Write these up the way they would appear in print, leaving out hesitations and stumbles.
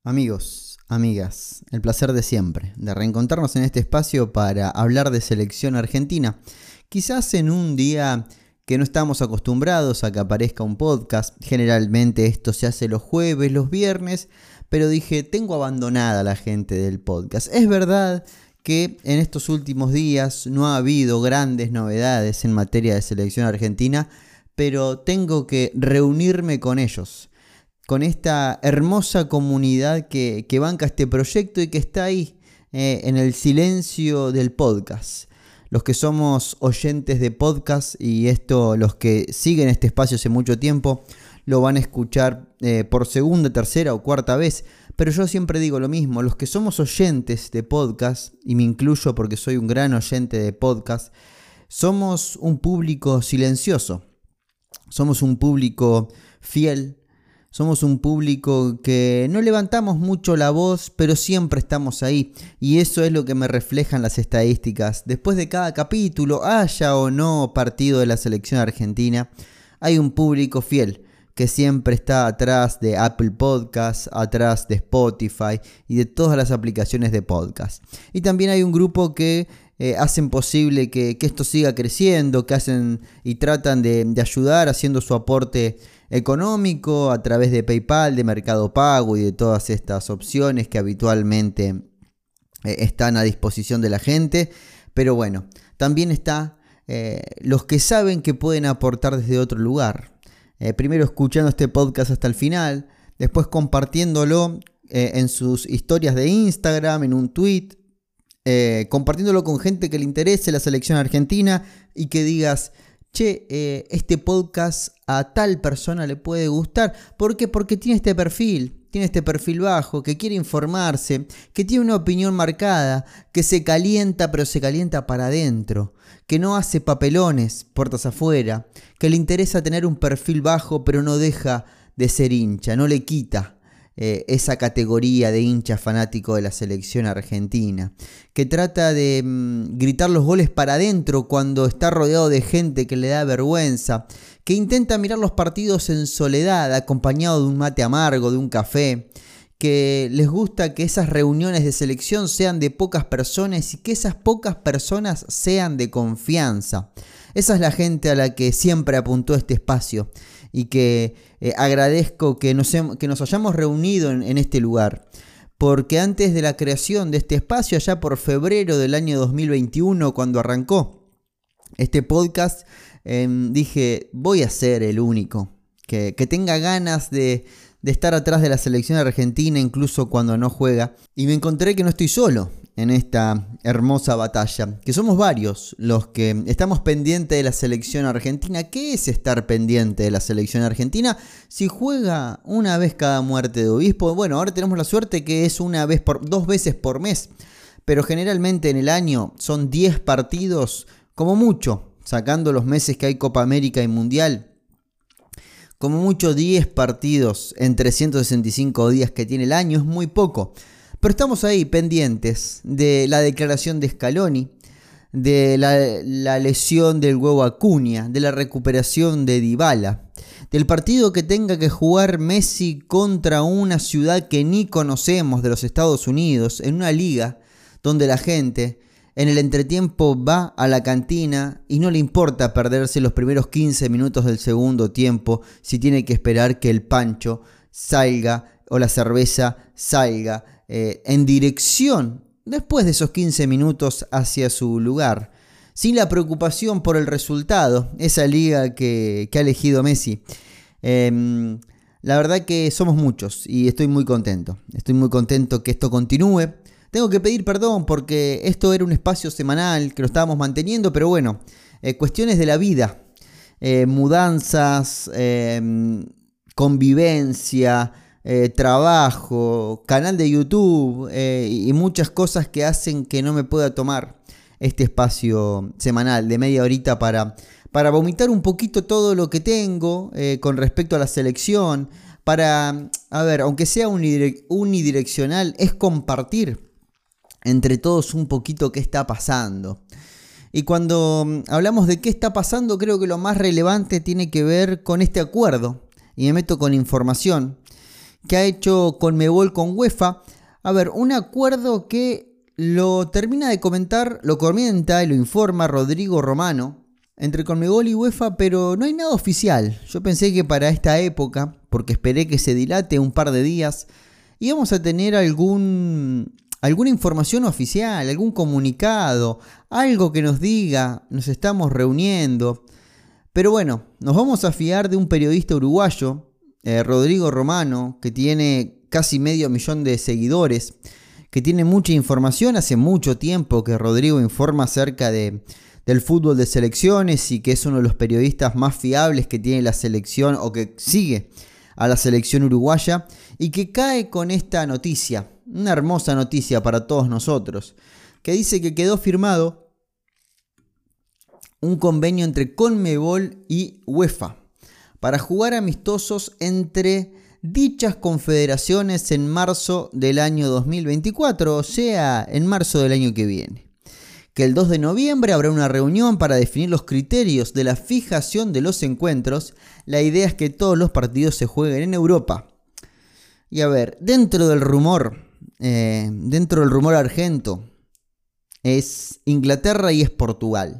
Amigos, amigas, el placer de siempre, de reencontrarnos en este espacio para hablar de selección argentina. Quizás en un día que no estamos acostumbrados a que aparezca un podcast. Generalmente esto se hace los jueves, los viernes, pero dije, tengo abandonada a la gente del podcast. Es verdad que en estos últimos días no ha habido grandes novedades en materia de selección argentina, pero tengo que reunirme con ellos, con esta hermosa comunidad que banca este proyecto y que está ahí en el silencio del podcast. Los que somos oyentes de podcast, y esto los que siguen este espacio hace mucho tiempo, lo van a escuchar por segunda, tercera o cuarta vez. Pero yo siempre digo lo mismo, los que somos oyentes de podcast, y me incluyo porque soy un gran oyente de podcast, somos un público silencioso, somos un público fiel. Somos un público que no levantamos mucho la voz, pero siempre estamos ahí. Y eso es lo que me reflejan las estadísticas. Después de cada capítulo, haya o no partido de la selección argentina, hay un público fiel que siempre está atrás de Apple Podcasts, atrás de Spotify y de todas las aplicaciones de podcast. Y también hay un grupo que hacen posible que esto siga creciendo, que hacen y tratan de ayudar haciendo su aporte económico a través de PayPal, de Mercado Pago y de todas estas opciones que habitualmente están a disposición de la gente. Pero bueno, también está los que saben que pueden aportar desde otro lugar. Primero escuchando este podcast hasta el final, después compartiéndolo en sus historias de Instagram, en un tweet, compartiéndolo con gente que le interese la selección argentina y que digas, che, este podcast a tal persona le puede gustar. ¿Por qué? Porque tiene este perfil bajo, que quiere informarse, que tiene una opinión marcada, que se calienta, pero se calienta para adentro, que no hace papelones puertas afuera, que le interesa tener un perfil bajo, pero no deja de ser hincha, no le quita esa categoría de hincha fanático de la selección argentina, que trata de gritar los goles para adentro cuando está rodeado de gente que le da vergüenza, que intenta mirar los partidos en soledad, acompañado de un mate amargo, de un café, que les gusta que esas reuniones de selección sean de pocas personas y que esas pocas personas sean de confianza. Esa es la gente a la que siempre apuntó este espacio y que agradezco que nos hayamos reunido en este lugar. Porque antes de la creación de este espacio, allá por febrero del año 2021, cuando arrancó este podcast, dije, voy a ser el único que tenga ganas de estar atrás de la selección argentina, incluso cuando no juega. Y me encontré que no estoy solo en esta hermosa batalla, que somos varios los que estamos pendientes de la selección argentina. ¿Qué es estar pendiente de la selección argentina? Si juega una vez cada muerte de obispo, bueno, ahora tenemos la suerte que es dos veces por mes, pero generalmente en el año son 10 partidos, como mucho, sacando los meses que hay Copa América y Mundial. Como mucho 10 partidos en 365 días que tiene el año, es muy poco. Pero estamos ahí pendientes de la declaración de Scaloni, de la lesión del huevo Acuña, de la recuperación de Dybala, del partido que tenga que jugar Messi contra una ciudad que ni conocemos de los Estados Unidos, en una liga donde la gente en el entretiempo va a la cantina y no le importa perderse los primeros 15 minutos del segundo tiempo si tiene que esperar que el pancho salga o la cerveza salga en dirección después de esos 15 minutos hacia su lugar, sin la preocupación por el resultado, esa liga que ha elegido Messi. La verdad que somos muchos y estoy muy contento que esto continúe. Tengo que pedir perdón porque esto era un espacio semanal que lo estábamos manteniendo, pero bueno, cuestiones de la vida, mudanzas, convivencia, trabajo, canal de YouTube y muchas cosas que hacen que no me pueda tomar este espacio semanal de media horita para vomitar un poquito todo lo que tengo con respecto a la selección, para, aunque sea unidireccional, es compartir entre todos un poquito qué está pasando. Y cuando hablamos de qué está pasando, creo que lo más relevante tiene que ver con este acuerdo, y me meto con información, que ha hecho Conmebol con UEFA. A ver, un acuerdo que lo termina de comentar, lo comenta y lo informa Rodrigo Romano entre Conmebol y UEFA, pero no hay nada oficial. Yo pensé que para esta época, porque esperé que se dilate un par de días, íbamos a tener alguna información oficial, algún comunicado, algo que nos diga, nos estamos reuniendo. Pero bueno, nos vamos a fiar de un periodista uruguayo, Rodrigo Romano, que tiene casi 500.000 de seguidores, que tiene mucha información. Hace mucho tiempo que Rodrigo informa acerca del fútbol de selecciones y que es uno de los periodistas más fiables que tiene la selección o que sigue a la selección uruguaya, y que cae con esta noticia, una hermosa noticia para todos nosotros, que dice que quedó firmado un convenio entre Conmebol y UEFA para jugar amistosos entre dichas confederaciones en marzo del año 2024, o sea, en marzo del año que viene. Que el 2 de noviembre habrá una reunión para definir los criterios de la fijación de los encuentros. La idea es que todos los partidos se jueguen en Europa. Y a ver, dentro del rumor argento, es Inglaterra y es Portugal.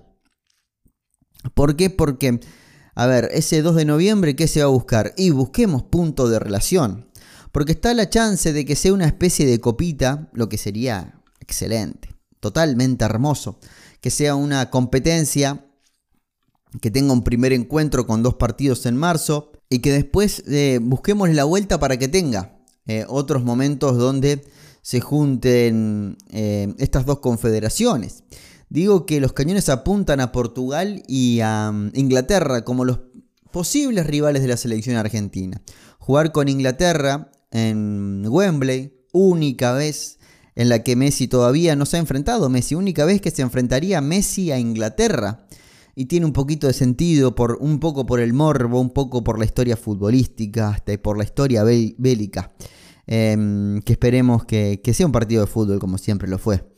¿Por qué? Porque, a ver, ese 2 de noviembre, ¿qué se va a buscar? Y busquemos punto de relación. Porque está la chance de que sea una especie de copita, lo que sería excelente, totalmente hermoso. Que sea una competencia, que tenga un primer encuentro con 2 partidos en marzo y que después busquemos la vuelta para que tenga otros momentos donde se junten estas 2 confederaciones. Digo que los cañones apuntan a Portugal y a Inglaterra como los posibles rivales de la selección argentina. Jugar con Inglaterra en Wembley, única vez en la que Messi todavía no se ha enfrentado. Única vez que se enfrentaría Messi a Inglaterra. Y tiene un poquito de sentido, un poco por el morbo, un poco por la historia futbolística, hasta por la historia bélica. Que esperemos que sea un partido de fútbol como siempre lo fue.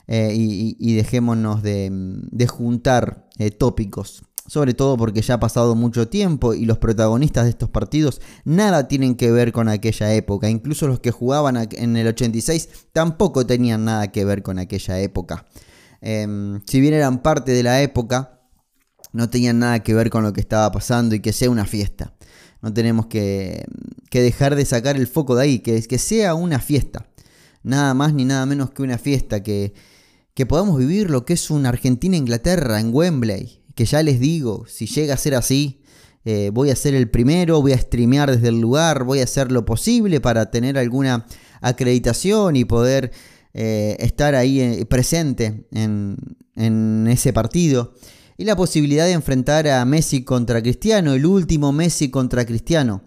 Y dejémonos de juntar tópicos, sobre todo porque ya ha pasado mucho tiempo y los protagonistas de estos partidos nada tienen que ver con aquella época. Incluso los que jugaban en el 86 tampoco tenían nada que ver con aquella época. Si bien eran parte de la época, no tenían nada que ver con lo que estaba pasando, y que sea una fiesta. No tenemos que dejar de sacar el foco de ahí, que sea una fiesta. Nada más ni nada menos que una fiesta, que podamos vivir lo que es una Argentina-Inglaterra en Wembley. Que ya les digo, si llega a ser así, voy a ser el primero, voy a streamear desde el lugar, voy a hacer lo posible para tener alguna acreditación y poder estar ahí presente en ese partido. Y la posibilidad de enfrentar a Messi contra Cristiano, el último Messi contra Cristiano,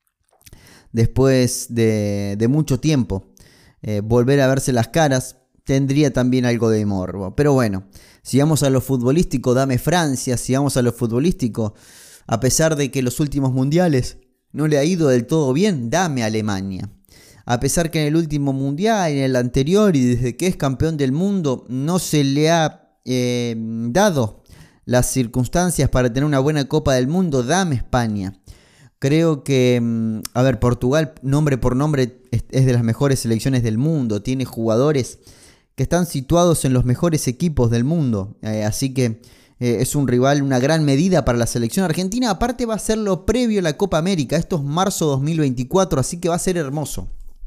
después de mucho tiempo. Volver a verse las caras tendría también algo de morbo. Pero bueno, si vamos a lo futbolístico, dame Francia. Si vamos a lo futbolístico, a pesar de que los últimos mundiales no le ha ido del todo bien, dame Alemania. A pesar que en el último mundial, en el anterior y desde que es campeón del mundo, no se le ha dado las circunstancias para tener una buena Copa del Mundo, dame España. Creo que, Portugal, nombre por nombre, es de las mejores selecciones del mundo. Tiene jugadores que están situados en los mejores equipos del mundo. Así que es un rival, una gran medida para la selección argentina. Aparte va a ser lo previo a la Copa América. Esto es marzo 2024, así que va a ser hermoso.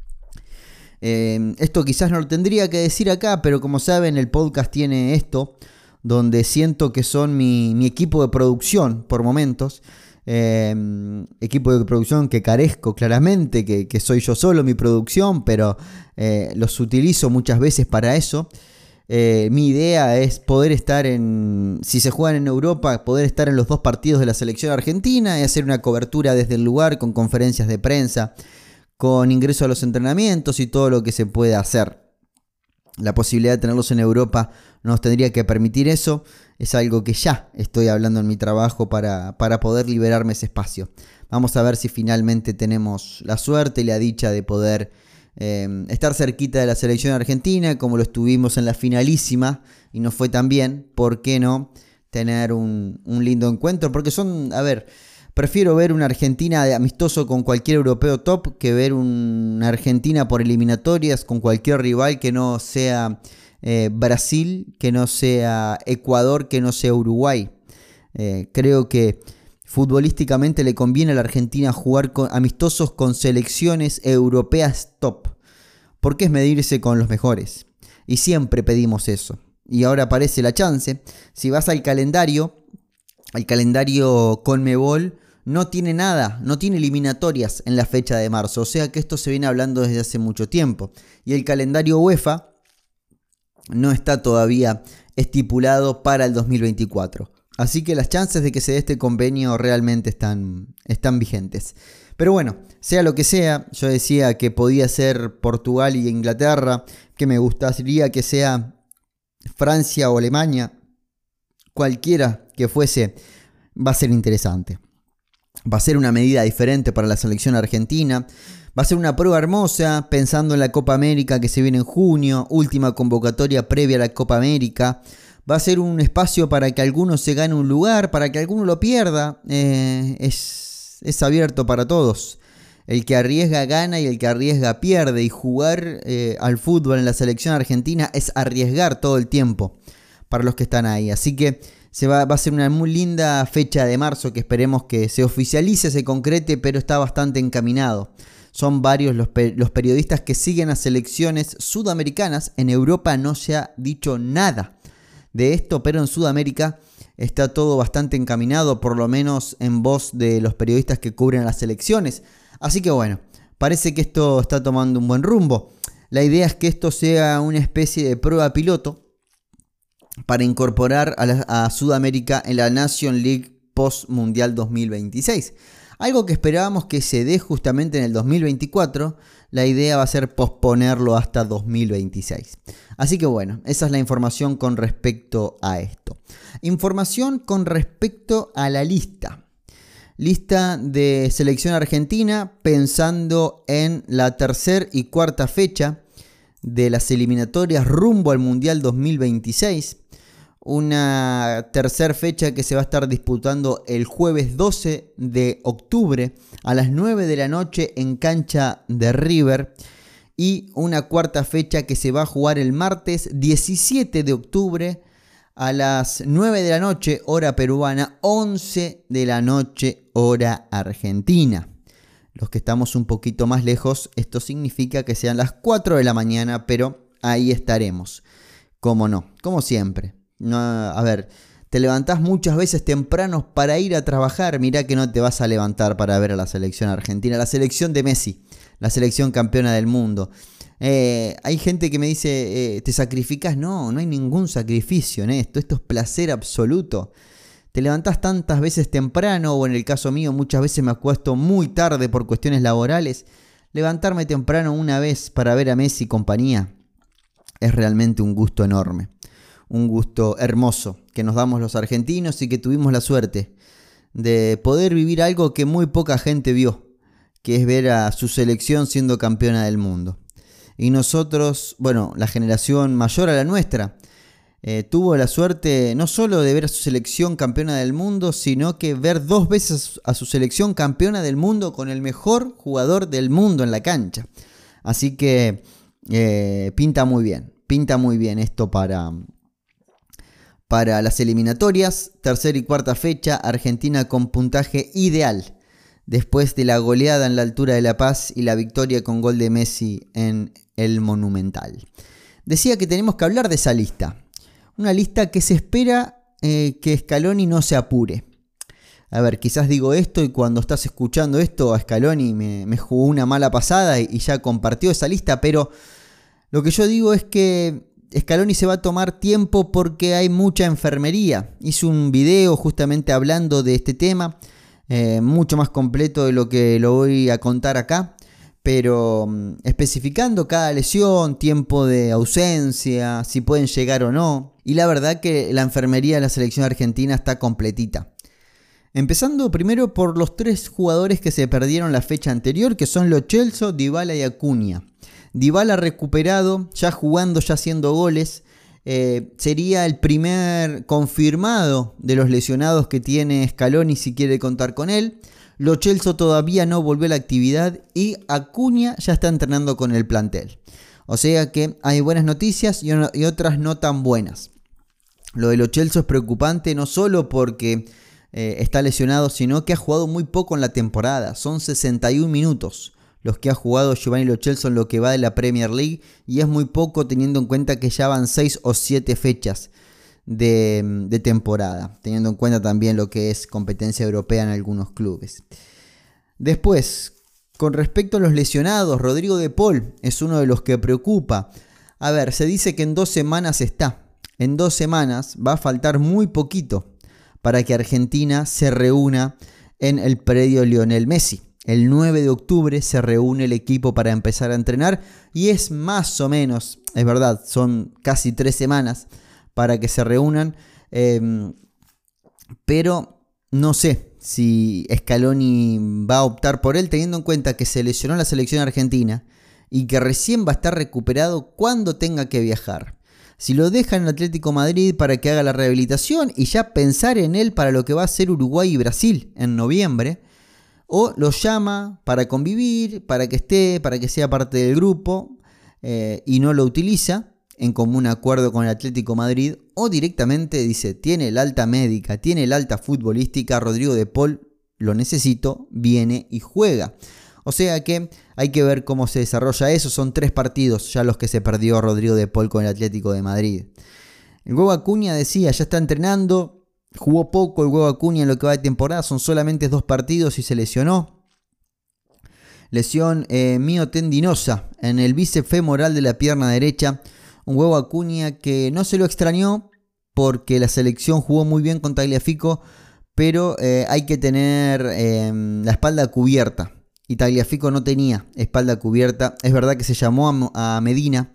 Esto quizás no lo tendría que decir acá, pero como saben, el podcast tiene esto, donde siento que son mi equipo de producción por momentos. Equipo de producción que carezco claramente, que soy yo solo mi producción, pero los utilizo muchas veces para eso. Mi idea es poder estar si se juegan en Europa, poder estar en los 2 partidos de la selección argentina y hacer una cobertura desde el lugar con conferencias de prensa, con ingreso a los entrenamientos y todo lo que se pueda hacer. La posibilidad de tenerlos en Europa nos tendría que permitir eso. Es algo que ya estoy hablando en mi trabajo para poder liberarme ese espacio. Vamos a ver si finalmente tenemos la suerte y la dicha de poder estar cerquita de la selección argentina, como lo estuvimos en la finalísima y no fue tan bien. ¿Por qué no tener un lindo encuentro? Porque Prefiero ver una Argentina de amistoso con cualquier europeo top que ver una Argentina por eliminatorias con cualquier rival que no sea Brasil, que no sea Ecuador, que no sea Uruguay. Creo que futbolísticamente le conviene a la Argentina jugar amistosos con selecciones europeas top, porque es medirse con los mejores. Y siempre pedimos eso. Y ahora aparece la chance. Si vas al calendario Conmebol no tiene nada, no tiene eliminatorias en la fecha de marzo. O sea que esto se viene hablando desde hace mucho tiempo. Y el calendario UEFA no está todavía estipulado para el 2024. Así que las chances de que se dé este convenio realmente están vigentes. Pero bueno, sea lo que sea, yo decía que podía ser Portugal y Inglaterra, que me gustaría que sea Francia o Alemania, cualquiera que fuese, va a ser interesante. Va a ser una medida diferente para la selección argentina. Va a ser una prueba hermosa, pensando en la Copa América que se viene en junio, última convocatoria previa a la Copa América. Va a ser un espacio para que alguno se gane un lugar, para que alguno lo pierda. Es abierto para todos. El que arriesga gana y el que arriesga pierde. Y jugar al fútbol en la selección argentina es arriesgar todo el tiempo para los que están ahí. Así que va a ser una muy linda fecha de marzo que esperemos que se oficialice, se concrete, pero está bastante encaminado. Son varios los periodistas que siguen a selecciones sudamericanas. En Europa no se ha dicho nada de esto, pero en Sudamérica está todo bastante encaminado, por lo menos en voz de los periodistas que cubren las selecciones. Así que bueno, parece que esto está tomando un buen rumbo. La idea es que esto sea una especie de prueba piloto para incorporar a Sudamérica en la Nation League post Mundial 2026. Algo que esperábamos que se dé justamente en el 2024, la idea va a ser posponerlo hasta 2026. Así que bueno, esa es la información con respecto a esto. Información con respecto a la lista. Lista de selección argentina pensando en la tercera y cuarta fecha de las eliminatorias rumbo al Mundial 2026. Una tercera fecha que se va a estar disputando el jueves 12 de octubre a las 9 de la noche en cancha de River. Y una cuarta fecha que se va a jugar el martes 17 de octubre a las 9 de la noche, hora peruana, 11 de la noche, hora argentina. Los que estamos un poquito más lejos, esto significa que sean las 4 de la mañana, pero ahí estaremos. ¿Cómo no? Como siempre. No, a ver, te levantás muchas veces temprano para ir a trabajar. Mirá que no te vas a levantar para ver a la selección argentina, la selección de Messi, la selección campeona del mundo. Hay gente que me dice, ¿te sacrificás? No, no hay ningún sacrificio en esto. Esto es placer absoluto. Te levantás tantas veces temprano, o en el caso mío muchas veces me acuesto muy tarde por cuestiones laborales. Levantarme temprano una vez para ver a Messi y compañía es realmente un gusto enorme. Un gusto hermoso que nos damos los argentinos y que tuvimos la suerte de poder vivir algo que muy poca gente vio, que es ver a su selección siendo campeona del mundo. Y nosotros, bueno, la generación mayor a la nuestra, tuvo la suerte no solo de ver a su selección campeona del mundo, sino que ver 2 veces a su selección campeona del mundo con el mejor jugador del mundo en la cancha. Así que pinta muy bien esto para las eliminatorias. Tercera y cuarta fecha, Argentina con puntaje ideal después de la goleada en la altura de La Paz y la victoria con gol de Messi en el Monumental. Decía que tenemos que hablar de esa lista. Una lista que se espera que Scaloni no se apure. A ver, quizás digo esto y cuando estás escuchando esto a Scaloni me jugó una mala pasada y ya compartió esa lista, pero lo que yo digo es que Scaloni se va a tomar tiempo porque hay mucha enfermería. Hizo un video justamente hablando de este tema, mucho más completo de lo que lo voy a contar acá, pero especificando cada lesión, tiempo de ausencia, si pueden llegar o no. Y la verdad que la enfermería de la selección argentina está completita. Empezando primero por los 3 jugadores que se perdieron la fecha anterior, que son Lo Celso, Dybala y Acuña. Dybala recuperado, ya jugando, ya haciendo goles. Sería el primer confirmado de los lesionados que tiene Scaloni si quiere contar con él. Lo Celso todavía no volvió a la actividad y Acuña ya está entrenando con el plantel. O sea que hay buenas noticias y otras no tan buenas. Lo de Lo Celso es preocupante no solo porque está lesionado, sino que ha jugado muy poco en la temporada. Son 61 minutos los que ha jugado Giovanni Lo Celso en lo que va de la Premier League, y es muy poco teniendo en cuenta que ya van 6 o 7 fechas de temporada, teniendo en cuenta también lo que es competencia europea en algunos clubes. Después, con respecto a los lesionados, Rodrigo de Paul es uno de los que preocupa. A ver, se dice que en 2 semanas está. En 2 semanas va a faltar muy poquito para que Argentina se reúna en el predio Lionel Messi. El 9 de octubre se reúne el equipo para empezar a entrenar y es más o menos, es verdad, son casi 3 semanas para que se reúnan, pero no sé si Scaloni va a optar por él, teniendo en cuenta que se lesionó la selección argentina y que recién va a estar recuperado cuando tenga que viajar. Si lo deja en el Atlético Madrid para que haga la rehabilitación y ya pensar en él para lo que va a ser Uruguay y Brasil en noviembre, o lo llama para convivir, para que esté, para que sea parte del grupo, y no lo utiliza en común acuerdo con el Atlético Madrid, o directamente dice, tiene el alta médica, tiene el alta futbolística, Rodrigo de Paul, lo necesito, viene y juega. O sea que hay que ver cómo se desarrolla eso. Son 3 partidos ya los que se perdió Rodrigo de Paul con el Atlético de Madrid. El Huevo Acuña decía, ya está entrenando. Jugó poco el Huevo Acuña en lo que va de temporada, son solamente 2 partidos y se lesionó. Lesión miotendinosa en el bíceps femoral de la pierna derecha. Un Huevo Acuña que no se lo extrañó porque la selección jugó muy bien con Tagliafico, pero hay que tener la espalda cubierta. Y Tagliafico no tenía espalda cubierta. Es verdad que se llamó a Medina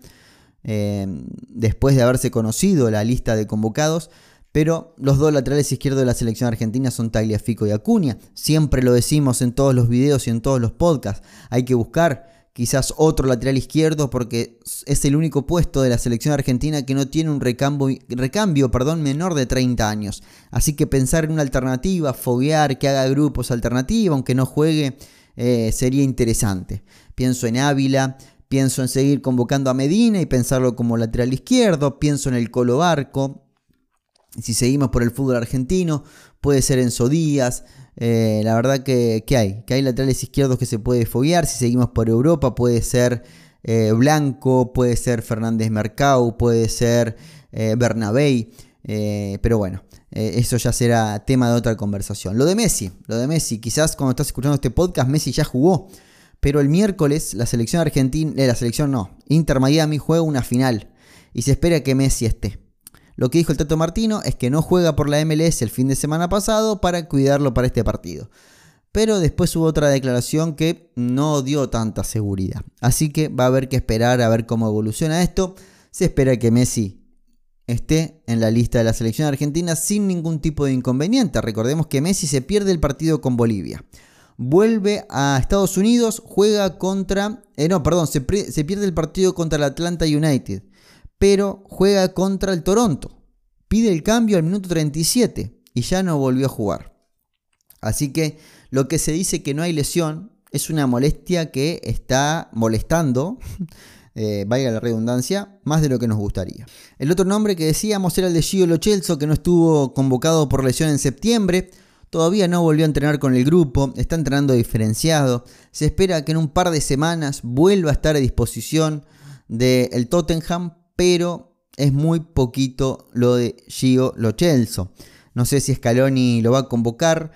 después de haberse conocido la lista de convocados, pero los 2 laterales izquierdos de la selección argentina son Tagliafico y Acuña. Siempre lo decimos en todos los videos y en todos los podcasts. Hay que buscar quizás otro lateral izquierdo porque es el único puesto de la selección argentina que no tiene un recambio menor de 30 años. Así que pensar en una alternativa, foguear, que haga grupos alternativa, aunque no juegue, sería interesante. Pienso en Ávila, pienso en seguir convocando a Medina y pensarlo como lateral izquierdo, pienso en el Colo Barco. Si seguimos por el fútbol argentino, puede ser Enzo Díaz. La verdad que hay laterales izquierdos que se puede foguear. Si seguimos por Europa, puede ser Blanco, puede ser Fernández Mercado, puede ser Bernabé. Pero bueno, eso ya será tema de otra conversación. Lo de Messi, quizás cuando estás escuchando este podcast, Messi ya jugó. Pero el miércoles la selección argentina, Inter Miami juega una final y se espera que Messi esté. Lo que dijo el Tato Martino es que no juega por la MLS el fin de semana pasado para cuidarlo para este partido. Pero después hubo otra declaración que no dio tanta seguridad. Así que va a haber que esperar a ver cómo evoluciona esto. Se espera que Messi esté en la lista de la selección argentina sin ningún tipo de inconveniente. Recordemos que Messi se pierde el partido con Bolivia. Vuelve a Estados Unidos, juega contra... se pierde el partido contra el Atlanta United, pero juega contra el Toronto. Pide el cambio al minuto 37 y ya no volvió a jugar. Así que lo que se dice que no hay lesión es una molestia que está molestando, valga la redundancia, más de lo que nos gustaría. El otro nombre que decíamos era el de Gio Lo Celso, que no estuvo convocado por lesión en septiembre. Todavía no volvió a entrenar con el grupo, está entrenando diferenciado. Se espera que en un par de semanas vuelva a estar a disposición del Tottenham, pero es muy poquito lo de Gio Lo Celso. No sé si Scaloni lo va a convocar,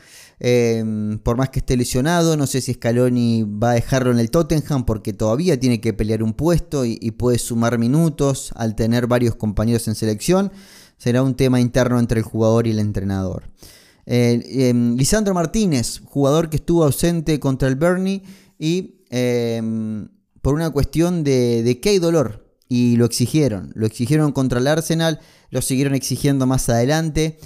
por más que esté lesionado. No sé si Scaloni va a dejarlo en el Tottenham porque todavía tiene que pelear un puesto y puede sumar minutos al tener varios compañeros en selección. Será un tema interno entre el jugador y el entrenador. Lisandro Martínez, jugador que estuvo ausente contra el Burnley y por una cuestión de que hay dolor. Y lo exigieron contra el Arsenal, lo siguieron exigiendo más adelante,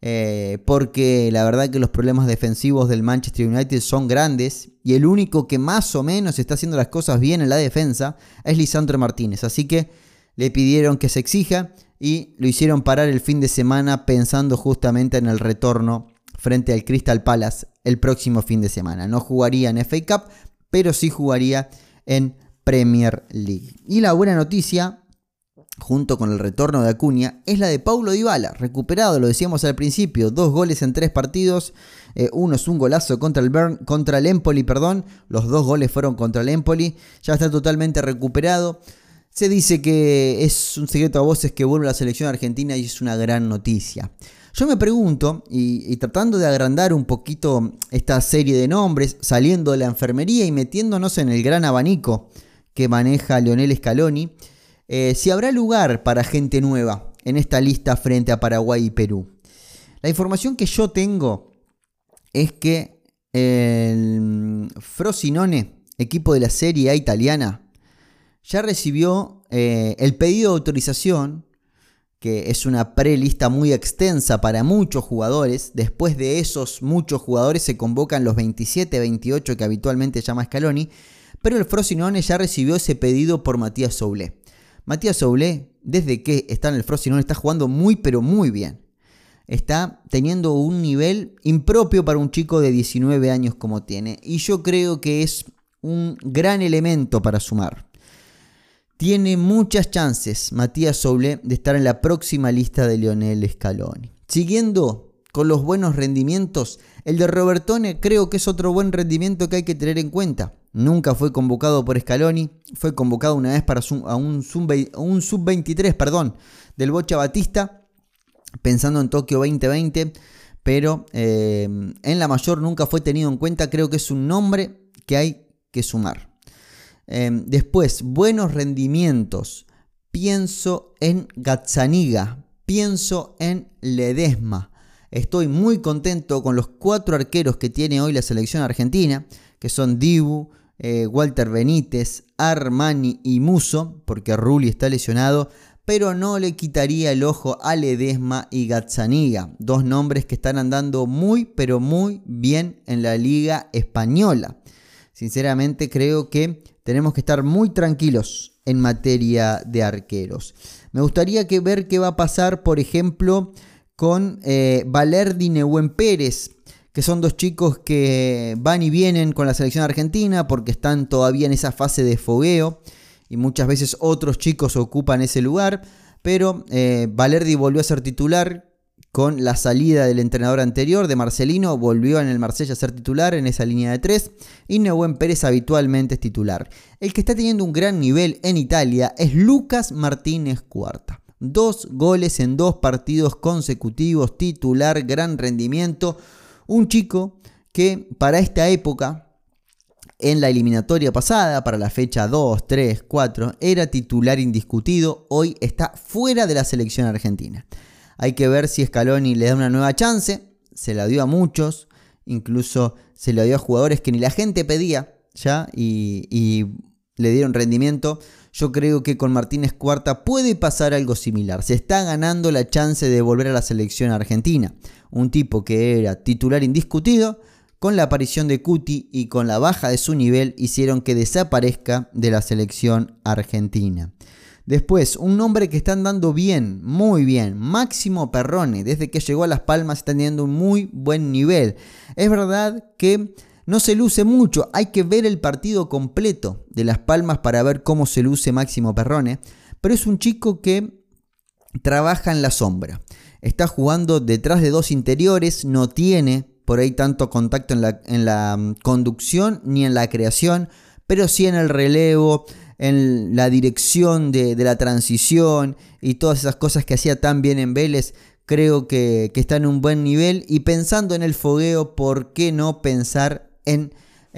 porque la verdad que los problemas defensivos del Manchester United son grandes y el único que más o menos está haciendo las cosas bien en la defensa es Lisandro Martínez. Así que le pidieron que se exija y lo hicieron parar el fin de semana pensando justamente en el retorno frente al Crystal Palace el próximo fin de semana. No jugaría en FA Cup, pero sí jugaría en Premier League. Y la buena noticia, junto con el retorno de Acuña, es la de Paulo Dybala, recuperado, lo decíamos al principio, 2 goles en 3 partidos, uno es un golazo contra el Empoli, los 2 goles fueron contra el Empoli, ya está totalmente recuperado. Se dice que es un secreto a voces que vuelve a la selección argentina y es una gran noticia. Yo me pregunto, y tratando de agrandar un poquito esta serie de nombres, saliendo de la enfermería y metiéndonos en el gran abanico que maneja Lionel Scaloni, si habrá lugar para gente nueva en esta lista frente a Paraguay y Perú. La información que yo tengo es que el Frosinone, equipo de la Serie A italiana, ya recibió el pedido de autorización, que es una prelista muy extensa para muchos jugadores. Después de esos muchos jugadores se convocan los 27, 28 que habitualmente llama Scaloni, pero el Frosinone ya recibió ese pedido por Matías Soulé. Matías Soulé, desde que está en el Frosinone, está jugando muy pero muy bien. Está teniendo un nivel impropio para un chico de 19 años como tiene, y yo creo que es un gran elemento para sumar. Tiene muchas chances Matías Soulé de estar en la próxima lista de Lionel Scaloni. Siguiendo con los buenos rendimientos, el de Robertone creo que es otro buen rendimiento que hay que tener en cuenta. Nunca fue convocado por Scaloni, fue convocado una vez para un sub-23 del Bocha Batista, pensando en Tokio 2020, pero en la mayor nunca fue tenido en cuenta. Creo que es un nombre que hay que sumar. Después, buenos rendimientos. Pienso en Gazzaniga, pienso en Ledesma. Estoy muy contento con los 4 arqueros que tiene hoy la selección argentina, que son Dibu, Walter Benítez, Armani y Musso, porque Rulli está lesionado, pero no le quitaría el ojo a Ledesma y Gazzaniga, 2 nombres que están andando muy pero muy bien en la liga española. Sinceramente creo que tenemos que estar muy tranquilos en materia de arqueros. Me gustaría ver qué va a pasar, por ejemplo, con Valerdi y Nehuen Pérez, que son 2 chicos que van y vienen con la selección argentina porque están todavía en esa fase de fogueo y muchas veces otros chicos ocupan ese lugar, pero Valerdi volvió a ser titular con la salida del entrenador anterior, de Marcelino, volvió en el Marsella a ser titular en esa línea de 3, y Nehuen Pérez habitualmente es titular. El que está teniendo un gran nivel en Italia es Lucas Martínez Cuarta. 2 goles en 2 partidos consecutivos, titular, gran rendimiento. Un chico que para esta época, en la eliminatoria pasada, para la fecha 2, 3, 4, era titular indiscutido. Hoy está fuera de la selección argentina. Hay que ver si Scaloni le da una nueva chance. Se la dio a muchos, incluso se la dio a jugadores que ni la gente pedía ya y le dieron rendimiento. Yo creo que con Martínez Cuarta puede pasar algo similar. Se está ganando la chance de volver a la selección argentina. Un tipo que era titular indiscutido, con la aparición de Cuti y con la baja de su nivel, hicieron que desaparezca de la selección argentina. Después, un nombre que está andando bien, muy bien, Máximo Perrone. Desde que llegó a Las Palmas está teniendo un muy buen nivel. Es verdad que no se luce mucho, hay que ver el partido completo de Las Palmas para ver cómo se luce Máximo Perrone, pero es un chico que trabaja en la sombra. Está jugando detrás de 2 interiores, no tiene por ahí tanto contacto en la conducción ni en la creación, pero sí en el relevo, en la dirección de la transición y todas esas cosas que hacía tan bien en Vélez. Creo que está en un buen nivel, y pensando en el fogueo, ¿por qué no pensar en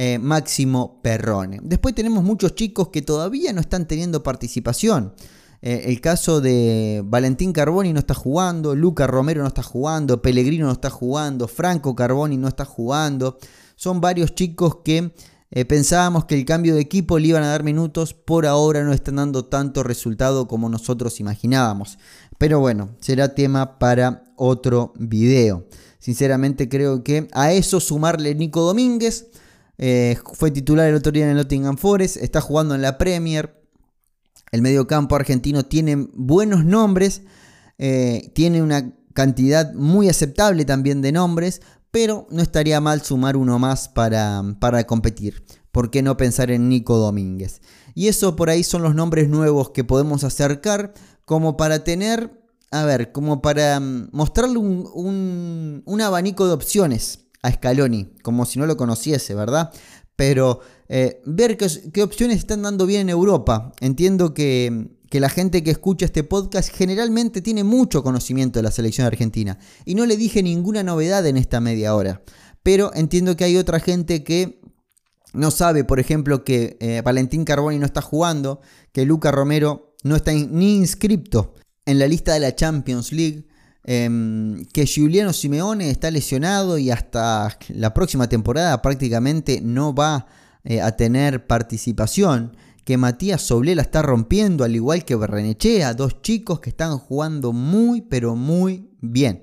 Máximo Perrone? Después tenemos muchos chicos que todavía no están teniendo participación. El caso de Valentín Carboni no está jugando, Luca Romero no está jugando, Pellegrino no está jugando, Franco Carboni no está jugando. Son varios chicos que pensábamos que el cambio de equipo le iban a dar minutos. Por ahora no están dando tanto resultado como nosotros imaginábamos. Pero bueno, será tema para otro video. Sinceramente creo que a eso sumarle Nico Domínguez. Fue titular el otro día en el Nottingham Forest. Está jugando en la Premier. El mediocampo argentino tiene buenos nombres, tiene una cantidad muy aceptable también de nombres, pero no estaría mal sumar uno más para competir. ¿Por qué no pensar en Nico Domínguez? Y eso por ahí son los nombres nuevos que podemos acercar como para tener, como para mostrarle un abanico de opciones a Scaloni, como si no lo conociese, ¿verdad? Pero ver qué opciones están dando bien en Europa. Entiendo que la gente que escucha este podcast generalmente tiene mucho conocimiento de la selección argentina. Y no le dije ninguna novedad en esta media hora. Pero entiendo que hay otra gente que no sabe, por ejemplo, que Valentín Carboni no está jugando, que Luca Romero no está ni inscripto en la lista de la Champions League, que Giuliano Simeone está lesionado y hasta la próxima temporada prácticamente no va a tener participación, que Matías Soblé la está rompiendo al igual que Barrenechea, dos chicos que están jugando muy pero muy bien.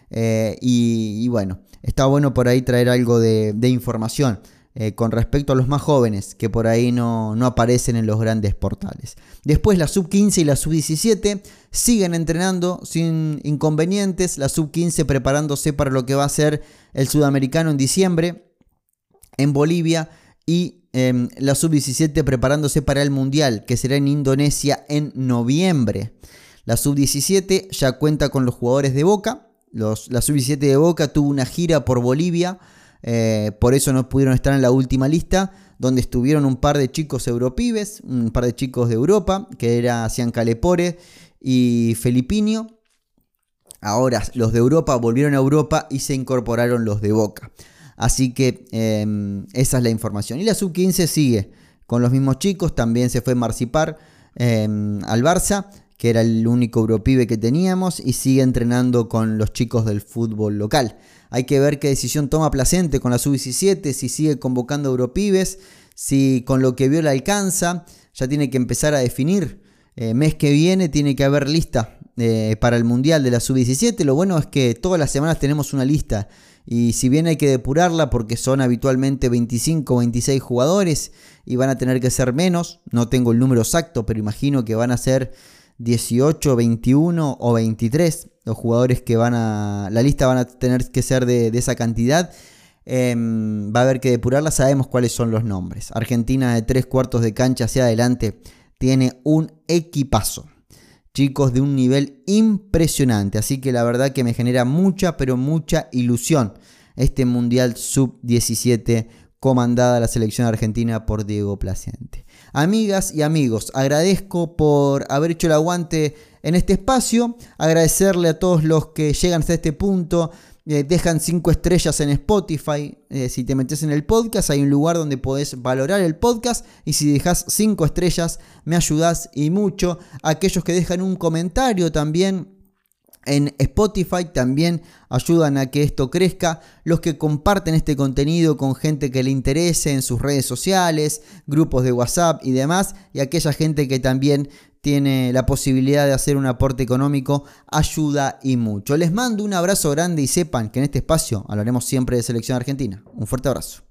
Y bueno, está bueno por ahí traer algo de información con respecto a los más jóvenes que por ahí no aparecen en los grandes portales. Después la sub-15 y la sub-17 siguen entrenando sin inconvenientes. La sub-15 preparándose para lo que va a ser el sudamericano en diciembre en Bolivia, y la sub-17 preparándose para el mundial que será en Indonesia en noviembre. La sub-17 ya cuenta con los jugadores de Boca. La sub-17 de Boca tuvo una gira por Bolivia. Por eso no pudieron estar en la última lista, donde estuvieron un par de chicos europibes, un par de chicos de Europa, que era Ciancalepore y Felipinho. Ahora los de Europa volvieron a Europa y se incorporaron los de Boca. Así que esa es la información. Y la sub-15 sigue con los mismos chicos. También se fue Marcipar al Barça, que era el único europibe que teníamos, y sigue entrenando con los chicos del fútbol local. Hay que ver qué decisión toma Placente con la sub-17, si sigue convocando europibes, si con lo que vio le alcanza. Ya tiene que empezar a definir. Mes que viene tiene que haber lista para el Mundial de la sub-17. Lo bueno es que todas las semanas tenemos una lista, y si bien hay que depurarla porque son habitualmente 25 o 26 jugadores y van a tener que ser menos, no tengo el número exacto, pero imagino que van a ser 18, 21 o 23 los jugadores que la lista van a tener que ser de esa cantidad. Va a haber que depurarla. Sabemos cuáles son los nombres. Argentina de 3/4 de cancha hacia adelante tiene un equipazo, chicos de un nivel impresionante, así que la verdad que me genera mucha pero mucha ilusión este Mundial Sub-17 comandada la selección argentina por Diego Placente. Amigas y amigos, agradezco por haber hecho el aguante en este espacio, agradecerle a todos los que llegan hasta este punto, dejan 5 estrellas en Spotify. Si te metes en el podcast hay un lugar donde podés valorar el podcast, y si dejas 5 estrellas me ayudás y mucho. Aquellos que dejan un comentario también en Spotify también ayudan a que esto crezca. Los que comparten este contenido con gente que le interese en sus redes sociales, grupos de WhatsApp y demás, y aquella gente que también tiene la posibilidad de hacer un aporte económico, ayuda y mucho. Les mando un abrazo grande y sepan que en este espacio hablaremos siempre de selección argentina. Un fuerte abrazo.